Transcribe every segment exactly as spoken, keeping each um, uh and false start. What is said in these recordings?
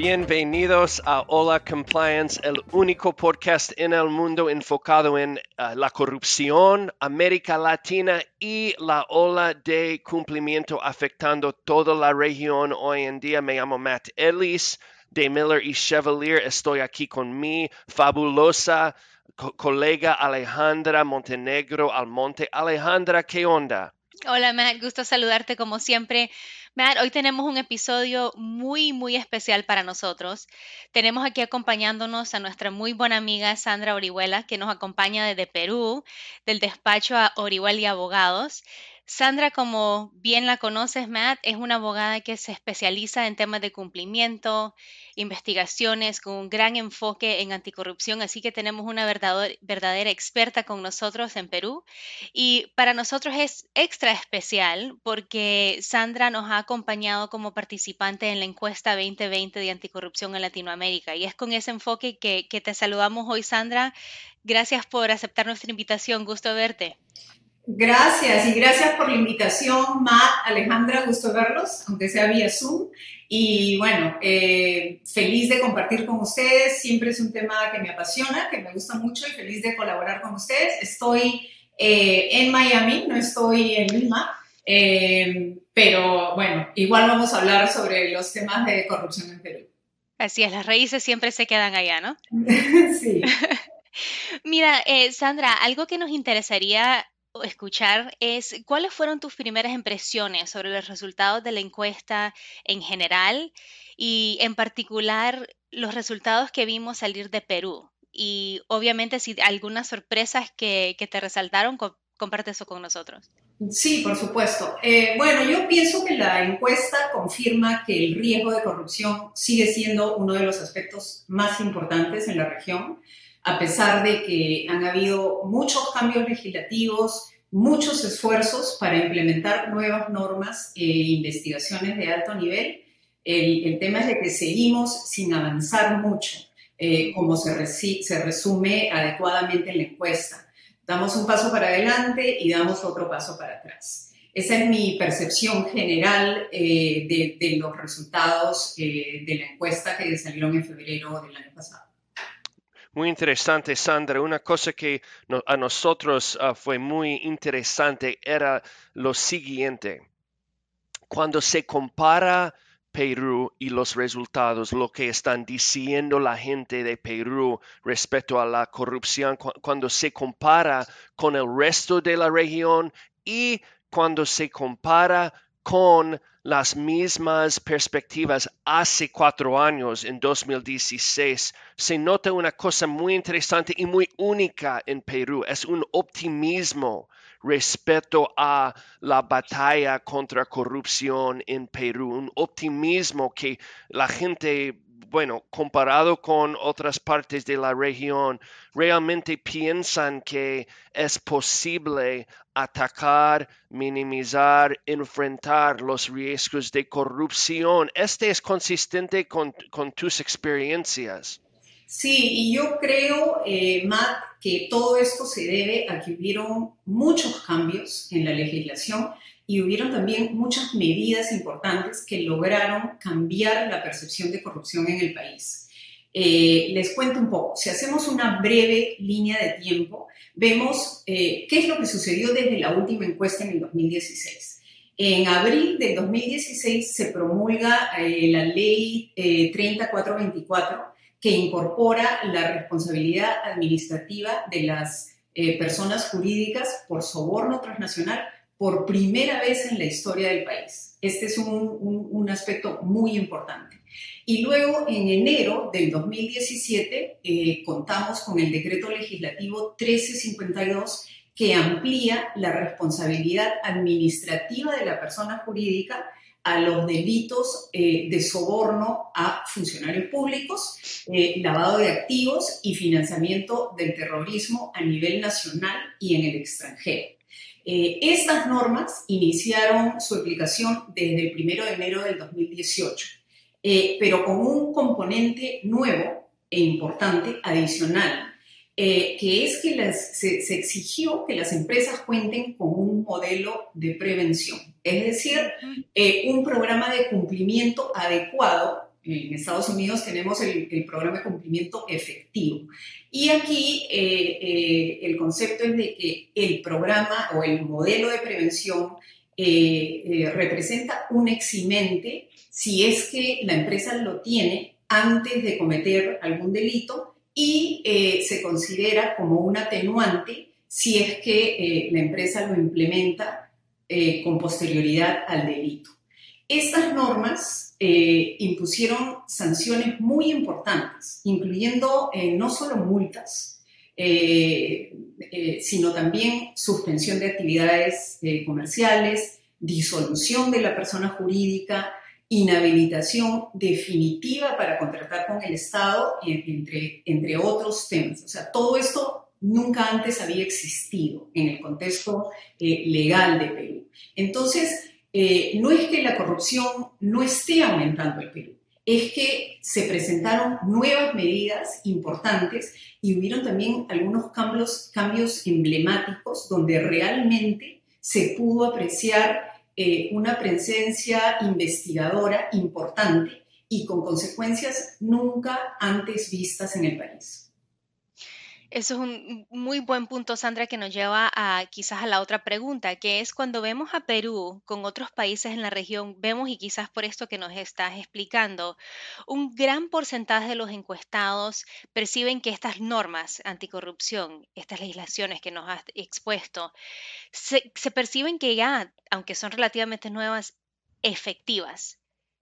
Bienvenidos a Hola Compliance, el único podcast en el mundo enfocado en uh, la corrupción, América Latina y la ola de cumplimiento afectando toda la región hoy en día. Me llamo Matt Ellis de Miller y Chevalier. Estoy aquí con mi fabulosa co- colega Alejandra Montenegro Almonte. Alejandra, ¿qué onda? Hola Matt, gusto saludarte como siempre. Matt, hoy tenemos un episodio muy, muy especial para nosotros. Tenemos aquí acompañándonos a nuestra muy buena amiga Sandra Orihuela, que nos acompaña desde Perú, del despacho a Orihuela y Abogados. Sandra, como bien la conoces, Matt, es una abogada que se especializa en temas de cumplimiento, investigaciones con un gran enfoque en anticorrupción, así que tenemos una verdadera, verdadera experta con nosotros en Perú. Y para nosotros es extra especial porque Sandra nos ha acompañado como participante en la encuesta veinte veinte de anticorrupción en Latinoamérica. Y es con ese enfoque que, que te saludamos hoy, Sandra. Gracias por aceptar nuestra invitación. Gusto verte. Gracias y gracias por la invitación, Matt, Alejandra, gusto verlos, aunque sea vía Zoom. Y bueno, eh, feliz de compartir con ustedes, siempre es un tema que me apasiona, que me gusta mucho y feliz de colaborar con ustedes. Estoy eh, en Miami, no estoy en Lima, eh, pero bueno, igual vamos a hablar sobre los temas de corrupción en Perú. Así es, las raíces siempre se quedan allá, ¿no? Sí. Mira, eh, Sandra, algo que nos interesaría escuchar es cuáles fueron tus primeras impresiones sobre los resultados de la encuesta en general y en particular los resultados que vimos salir de Perú. Y obviamente si algunas sorpresas que, que te resaltaron, co- comparte eso con nosotros. Sí, por supuesto. Eh, bueno, yo pienso que la encuesta confirma que el riesgo de corrupción sigue siendo uno de los aspectos más importantes en la región, a pesar de que han habido muchos cambios legislativos, muchos esfuerzos para implementar nuevas normas e investigaciones de alto nivel. El, el tema es de que seguimos sin avanzar mucho, eh, como se, reci- se resume adecuadamente en la encuesta. Damos un paso para adelante y damos otro paso para atrás. Esa es mi percepción general eh, de, de los resultados eh, de la encuesta que salieron en febrero del año pasado. Muy interesante, Sandra. Una cosa que no- a nosotros uh, fue muy interesante era lo siguiente. Cuando se compara Perú y los resultados, lo que están diciendo la gente de Perú respecto a la corrupción, cu- cuando se compara con el resto de la región y cuando se compara con las mismas perspectivas hace cuatro años, en dos mil dieciséis, se nota una cosa muy interesante y muy única en Perú. Es un optimismo respecto a la batalla contra corrupción en Perú, un optimismo que la gente, bueno, comparado con otras partes de la región, realmente piensan que es posible atacar, minimizar, enfrentar los riesgos de corrupción. Este es consistente con, con tus experiencias. Sí, y yo creo, eh, Matt, que todo esto se debe a que hubieron muchos cambios en la legislación y hubieron también muchas medidas importantes que lograron cambiar la percepción de corrupción en el país. Eh, les cuento un poco. Si hacemos una breve línea de tiempo, vemos eh, qué es lo que sucedió desde la última encuesta en el dos mil dieciséis. En abril del dos mil dieciséis se promulga eh, la ley eh, treinta mil cuatrocientos veinticuatro, que incorpora la responsabilidad administrativa de las eh, personas jurídicas por soborno transnacional por primera vez en la historia del país. Este es un, un, un aspecto muy importante. Y luego, en enero del dos mil diecisiete, eh, contamos con el decreto legislativo trece cincuenta y dos, que amplía la responsabilidad administrativa de la persona jurídica a los delitos eh, de soborno a funcionarios públicos, eh, lavado de activos y financiamiento del terrorismo a nivel nacional y en el extranjero. Eh, estas normas iniciaron su aplicación desde el primero de enero del dos mil dieciocho, eh, pero con un componente nuevo e importante adicional, eh, que es que las, se, se exigió que las empresas cuenten con un modelo de prevención, es decir, eh, un programa de cumplimiento adecuado En Estados Unidos tenemos el, el programa de cumplimiento efectivo. Y aquí eh, eh, el concepto es de que el programa o el modelo de prevención eh, eh, representa un eximente si es que la empresa lo tiene antes de cometer algún delito y eh, se considera como un atenuante si es que eh, la empresa lo implementa eh, con posterioridad al delito. Estas normas eh, impusieron sanciones muy importantes, incluyendo eh, no solo multas, eh, eh, sino también suspensión de actividades eh, comerciales, disolución de la persona jurídica, inhabilitación definitiva para contratar con el Estado, entre, entre otros temas. O sea, todo esto nunca antes había existido en el contexto eh, legal de Perú. Entonces, Eh, no es que la corrupción no esté aumentando en Perú, es que se presentaron nuevas medidas importantes y hubieron también algunos cambios, cambios emblemáticos donde realmente se pudo apreciar eh, una presencia investigadora importante y con consecuencias nunca antes vistas en el país. Eso es un muy buen punto, Sandra, que nos lleva a quizás a la otra pregunta, que es cuando vemos a Perú con otros países en la región, vemos, y quizás por esto que nos estás explicando, un gran porcentaje de los encuestados perciben que estas normas anticorrupción, estas legislaciones que nos has expuesto, se, se perciben que ya, aunque son relativamente nuevas, efectivas.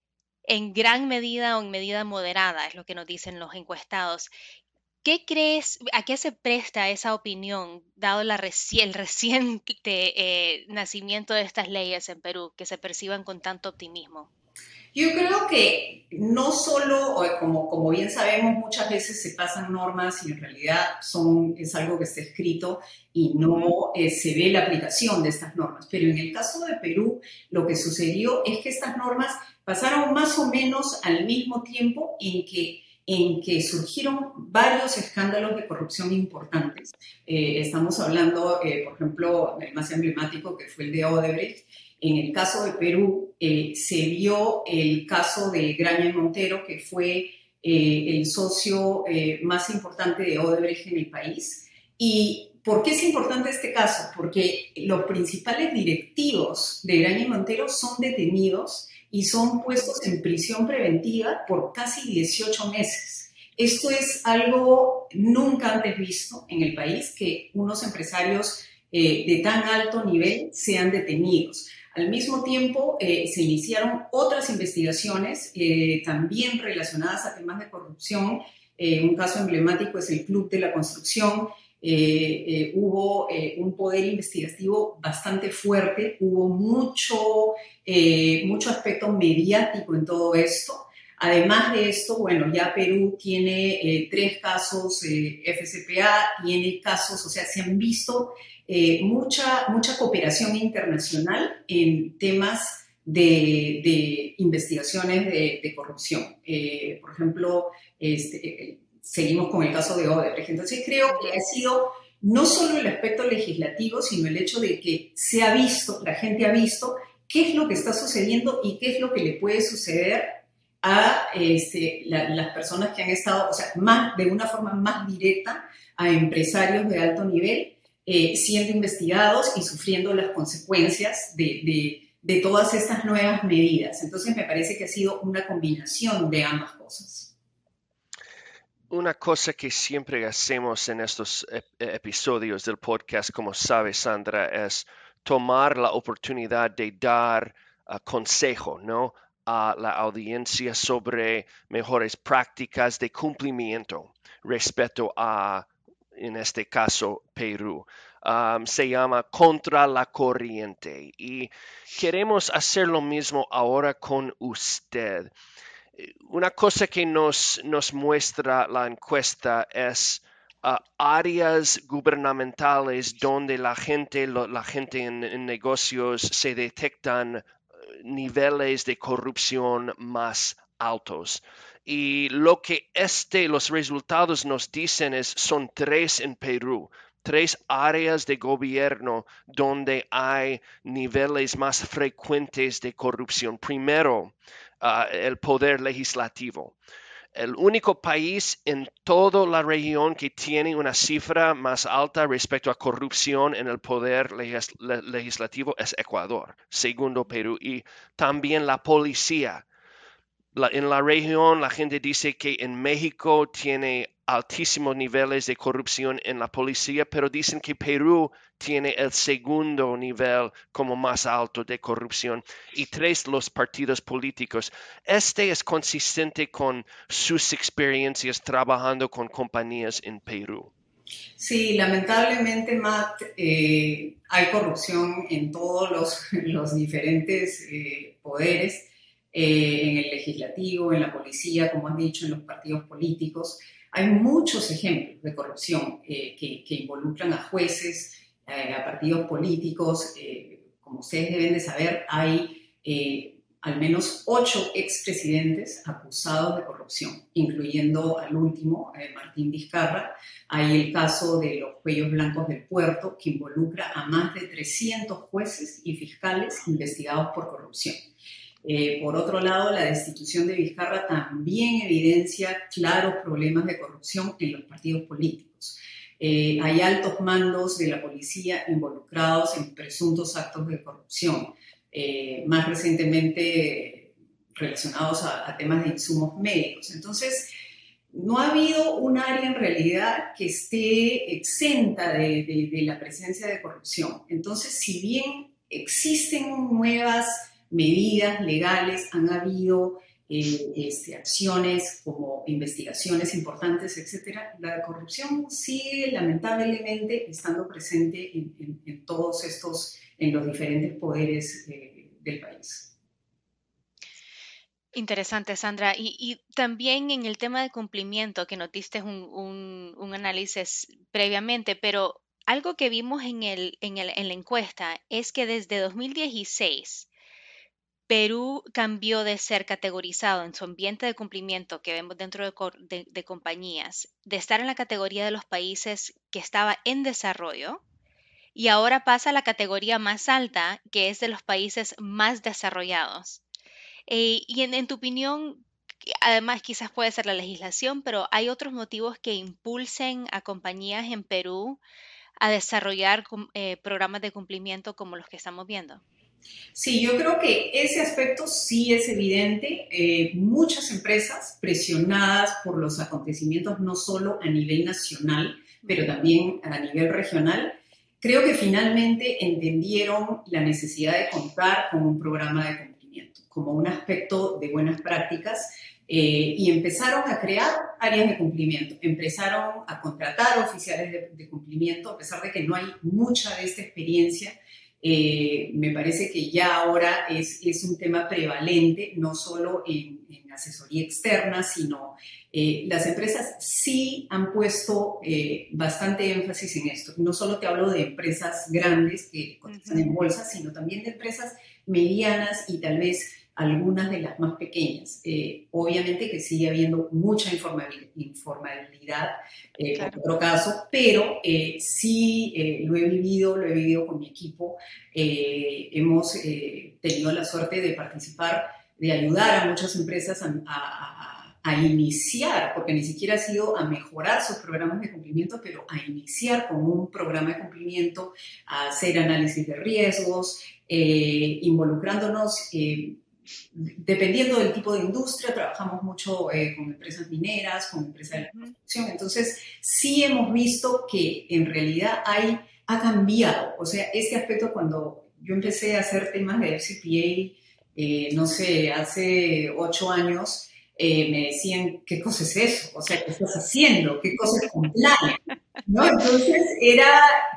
En gran medida o en medida moderada, es lo que nos dicen los encuestados. ¿Qué crees, a qué se presta esa opinión, dado la reci- el reciente eh, nacimiento de estas leyes en Perú, que se perciban con tanto optimismo? Yo creo que no solo, como, como bien sabemos, muchas veces se pasan normas y en realidad son, es algo que está escrito y no uh-huh. eh, se ve la aplicación de estas normas. Pero en el caso de Perú, lo que sucedió es que estas normas pasaron más o menos al mismo tiempo en que en que surgieron varios escándalos de corrupción importantes. Eh, estamos hablando, eh, por ejemplo, el más emblemático que fue el de Odebrecht. En el caso de Perú, eh, se vio el caso de Graña y Montero, que fue eh, el socio eh, más importante de Odebrecht en el país. ¿Y por qué es importante este caso? Porque los principales directivos de Graña y Montero son detenidos y son puestos en prisión preventiva por casi dieciocho meses. Esto es algo nunca antes visto en el país, que unos empresarios eh, de tan alto nivel sean detenidos. Al mismo tiempo, eh, se iniciaron otras investigaciones eh, también relacionadas a temas de corrupción. Eh, un caso emblemático es el Club de la Construcción. Eh, eh, hubo eh, un poder investigativo bastante fuerte, hubo mucho, eh, mucho aspecto mediático en todo esto. Además de esto, bueno, ya Perú tiene eh, tres casos, eh, F C P A tiene casos, o sea, se han visto eh, mucha, mucha cooperación internacional en temas de, de investigaciones de, de corrupción. Eh, por ejemplo, este, seguimos con el caso de Odebrecht. Entonces creo que ha sido no solo el aspecto legislativo, sino el hecho de que se ha visto, la gente ha visto qué es lo que está sucediendo y qué es lo que le puede suceder a este, la, las personas que han estado, o sea, más, de una forma más directa a empresarios de alto nivel eh, siendo investigados y sufriendo las consecuencias de, de, de todas estas nuevas medidas. Entonces me parece que ha sido una combinación de ambas cosas. Una cosa que siempre hacemos en estos ep- episodios del podcast, como sabe Sandra, es tomar la oportunidad de dar uh, consejo, ¿no?, a la audiencia sobre mejores prácticas de cumplimiento respecto a, en este caso, Perú. Um, se llama Contra la Corriente y queremos hacer lo mismo ahora con usted. Una cosa que nos, nos muestra la encuesta es uh, áreas gubernamentales donde la gente, lo, la gente en, en negocios se detectan uh, niveles de corrupción más altos. Y lo que este, los resultados nos dicen es, son tres en Perú. Tres áreas de gobierno donde hay niveles más frecuentes de corrupción. Primero, uh, el poder legislativo. El único país en toda la región que tiene una cifra más alta respecto a corrupción en el poder legis legislativo es Ecuador, segundo Perú, y también la policía. La, en la región la gente dice que en México tiene altísimos niveles de corrupción en la policía, pero dicen que Perú tiene el segundo nivel como más alto de corrupción y tres los partidos políticos. Este es consistente con sus experiencias trabajando con compañías en Perú. Sí, lamentablemente, Matt, eh, hay corrupción en todos los, los diferentes eh, poderes. Eh, en el legislativo, en la policía, como han dicho, en los partidos políticos. Hay muchos ejemplos de corrupción eh, que, que involucran a jueces, eh, a partidos políticos. Eh, como ustedes deben de saber, hay eh, al menos ocho expresidentes acusados de corrupción, incluyendo al último, eh, Martín Vizcarra. Hay el caso de los cuellos blancos del puerto, que involucra a más de trescientos jueces y fiscales investigados por corrupción. Eh, por otro lado, la destitución de Vizcarra también evidencia claros problemas de corrupción en los partidos políticos. Eh, hay altos mandos de la policía involucrados en presuntos actos de corrupción, eh, más recientemente relacionados a, a temas de insumos médicos. Entonces, no ha habido un área en realidad que esté exenta de, de, de la presencia de corrupción. Entonces, si bien existen nuevas medidas legales, han habido eh, este, acciones como investigaciones importantes, etcétera, la corrupción sigue lamentablemente estando presente en, en, en todos estos, en los diferentes poderes eh, del país. Interesante, Sandra. Y, y también en el tema de cumplimiento, que nos diste un, un, un análisis previamente, pero algo que vimos en, el, en, el, en la encuesta es que desde dos mil dieciséis Perú cambió de ser categorizado en su ambiente de cumplimiento que vemos dentro de, de, de compañías, de estar en la categoría de los países que estaba en desarrollo, y ahora pasa a la categoría más alta, que es de los países más desarrollados. Eh, y en, en tu opinión, además quizás puede ser la legislación, pero ¿hay otros motivos que impulsen a compañías en Perú a desarrollar eh, programas de cumplimiento como los que estamos viendo? Sí, yo creo que ese aspecto sí es evidente. Eh, muchas empresas presionadas por los acontecimientos no solo a nivel nacional, pero también a nivel regional, creo que finalmente entendieron la necesidad de contar con un programa de cumplimiento como un aspecto de buenas prácticas eh, y empezaron a crear áreas de cumplimiento, empezaron a contratar oficiales de, de cumplimiento, a pesar de que no hay mucha de esta experiencia. Eh, me parece que ya ahora es, es un tema prevalente, no solo en, en asesoría externa, sino eh, las empresas sí han puesto eh, bastante énfasis en esto. No solo te hablo de empresas grandes que cotizan en bolsa, sino también de empresas medianas y tal vez algunas de las más pequeñas. Eh, obviamente que sigue habiendo mucha informalidad, eh, claro. Por otro caso, pero eh, sí eh, lo he vivido, lo he vivido con mi equipo. Eh, hemos eh, tenido la suerte de participar, de ayudar a muchas empresas a, a, a iniciar, porque ni siquiera ha sido a mejorar sus programas de cumplimiento, pero a iniciar con un programa de cumplimiento, a hacer análisis de riesgos, eh, involucrándonos eh, dependiendo del tipo de industria, trabajamos mucho eh, con empresas mineras, con empresas de construcción, entonces sí hemos visto que en realidad hay, ha cambiado, o sea, este aspecto cuando yo empecé a hacer temas de F C P A, eh, no sé, hace ocho años, eh, me decían, ¿qué cosa es eso? O sea, ¿qué estás haciendo? ¿Qué cosa es compliance? ¿No? Entonces era,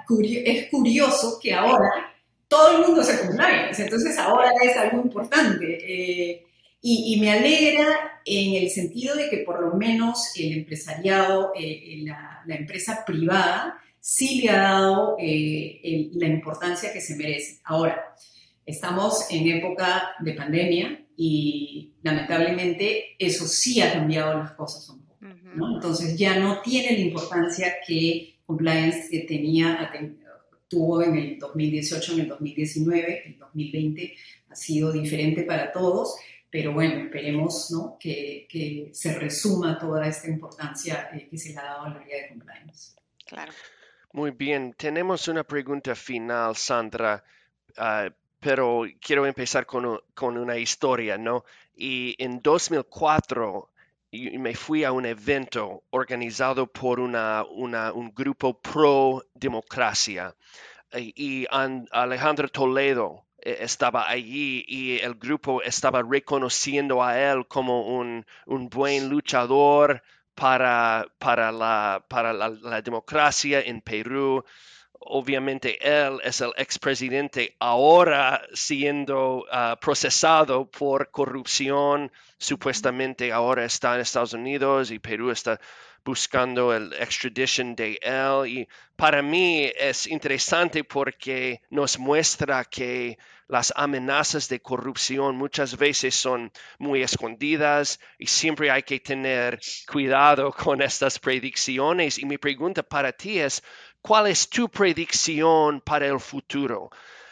es curioso que ahora todo el mundo se compliance, entonces ahora es algo importante eh, y, y me alegra en el sentido de que por lo menos el empresariado, eh, la, la empresa privada sí le ha dado eh, el, la importancia que se merece. Ahora, estamos en época de pandemia y lamentablemente eso sí ha cambiado las cosas un poco, ¿no? Entonces ya no tiene la importancia que compliance tenía tuvo en el dos mil dieciocho, en el dos mil diecinueve, el dos mil veinte ha sido diferente para todos, pero bueno, esperemos, ¿no?, que, que se resuma toda esta importancia eh, que se le ha dado a la Día de Cumpleaños. Claro. Muy bien, tenemos una pregunta final, Sandra, uh, pero quiero empezar con, con una historia, ¿no? Y en dos mil cuatro me fui a un evento organizado por una, una, un grupo pro democracia y, y Alejandro Toledo estaba allí y el grupo estaba reconociendo a él como un, un buen luchador para, para, la, para la, la democracia en Perú. Obviamente él es el expresidente ahora siendo uh, procesado por corrupción. Supuestamente ahora está en Estados Unidos y Perú está buscando el extradition de él. Y para mí es interesante porque nos muestra que las amenazas de corrupción muchas veces son muy escondidas y siempre hay que tener cuidado con estas predicciones. Y mi pregunta para ti es, ¿cuál es tu predicción para el futuro?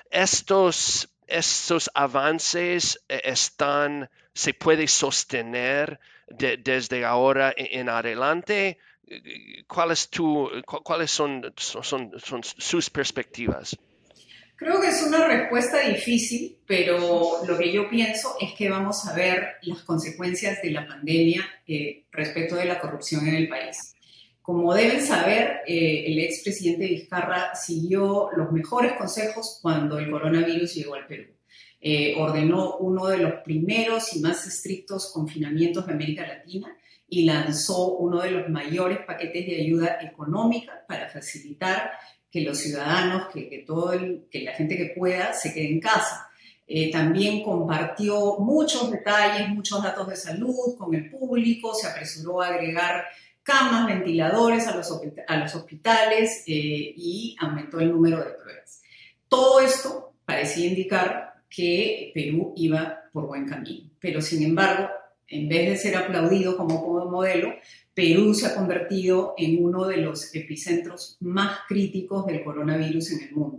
Estos, estos avances están, se puede sostener de, desde ahora en adelante. ¿Cuáles, tu, cuáles son, son, son sus perspectivas? Creo que es una respuesta difícil, pero lo que yo pienso es que vamos a ver las consecuencias de la pandemia eh, respecto de la corrupción en el país. Como deben saber, eh, el expresidente Vizcarra siguió los mejores consejos cuando el coronavirus llegó al Perú. Eh, ordenó uno de los primeros y más estrictos confinamientos de América Latina y lanzó uno de los mayores paquetes de ayuda económica para facilitar que los ciudadanos, que, que, todo el, que la gente que pueda se quede en casa. Eh, también compartió muchos detalles, muchos datos de salud con el público, se apresuró a agregar camas, ventiladores a los, a los hospitales eh, y aumentó el número de pruebas. Todo esto parecía indicar que Perú iba por buen camino, pero sin embargo, en vez de ser aplaudido como modelo, Perú se ha convertido en uno de los epicentros más críticos del coronavirus en el mundo.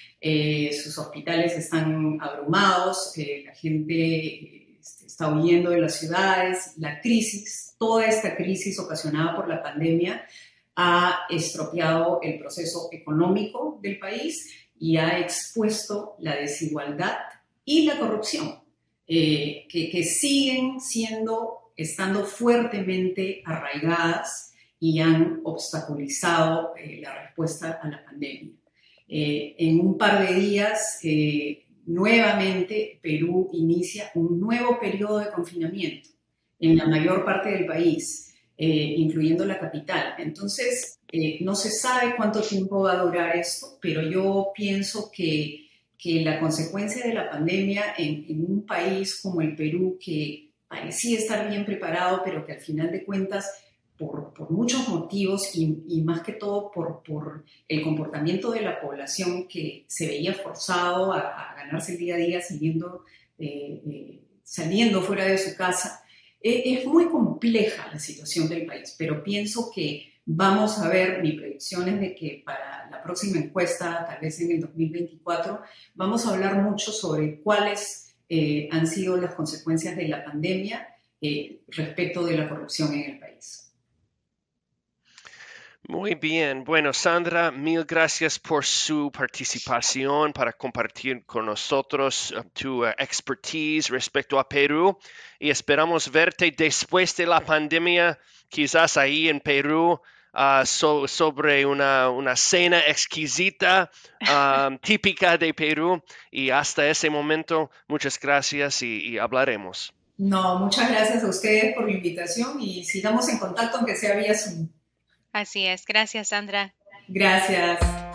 Eh, sus hospitales están abrumados, eh, la gente eh, está huyendo de las ciudades, la crisis, toda esta crisis ocasionada por la pandemia ha estropeado el proceso económico del país y ha expuesto la desigualdad y la corrupción, eh, que, que siguen siendo estando fuertemente arraigadas y han obstaculizado eh, la respuesta a la pandemia. Eh, en un par de días, eh, nuevamente, Perú inicia un nuevo periodo de confinamiento en la mayor parte del país, eh, incluyendo la capital. Entonces, eh, no se sabe cuánto tiempo va a durar esto, pero yo pienso que, que la consecuencia de la pandemia en, en un país como el Perú, que parecía estar bien preparado, pero que al final de cuentas, por, por muchos motivos y, y más que todo por, por el comportamiento de la población que se veía forzado a, a ganarse el día a día saliendo, eh, eh, saliendo fuera de su casa, eh, es muy compleja la situación del país, pero pienso que vamos a ver, mi predicción es de que para la próxima encuesta, tal vez en el dos mil veinticuatro, vamos a hablar mucho sobre cuáles Eh, han sido las consecuencias de la pandemia eh, respecto de la corrupción en el país. Muy bien. Bueno, Sandra, mil gracias por su participación para compartir con nosotros uh, tu uh, expertise respecto a Perú y esperamos verte después de la pandemia, quizás ahí en Perú, Uh, so, sobre una, una cena exquisita, um, típica de Perú. Y hasta ese momento, muchas gracias y, y hablaremos. No, muchas gracias a ustedes por la invitación y sigamos en contacto aunque sea vía Zoom. Así es. Gracias, Sandra. Gracias.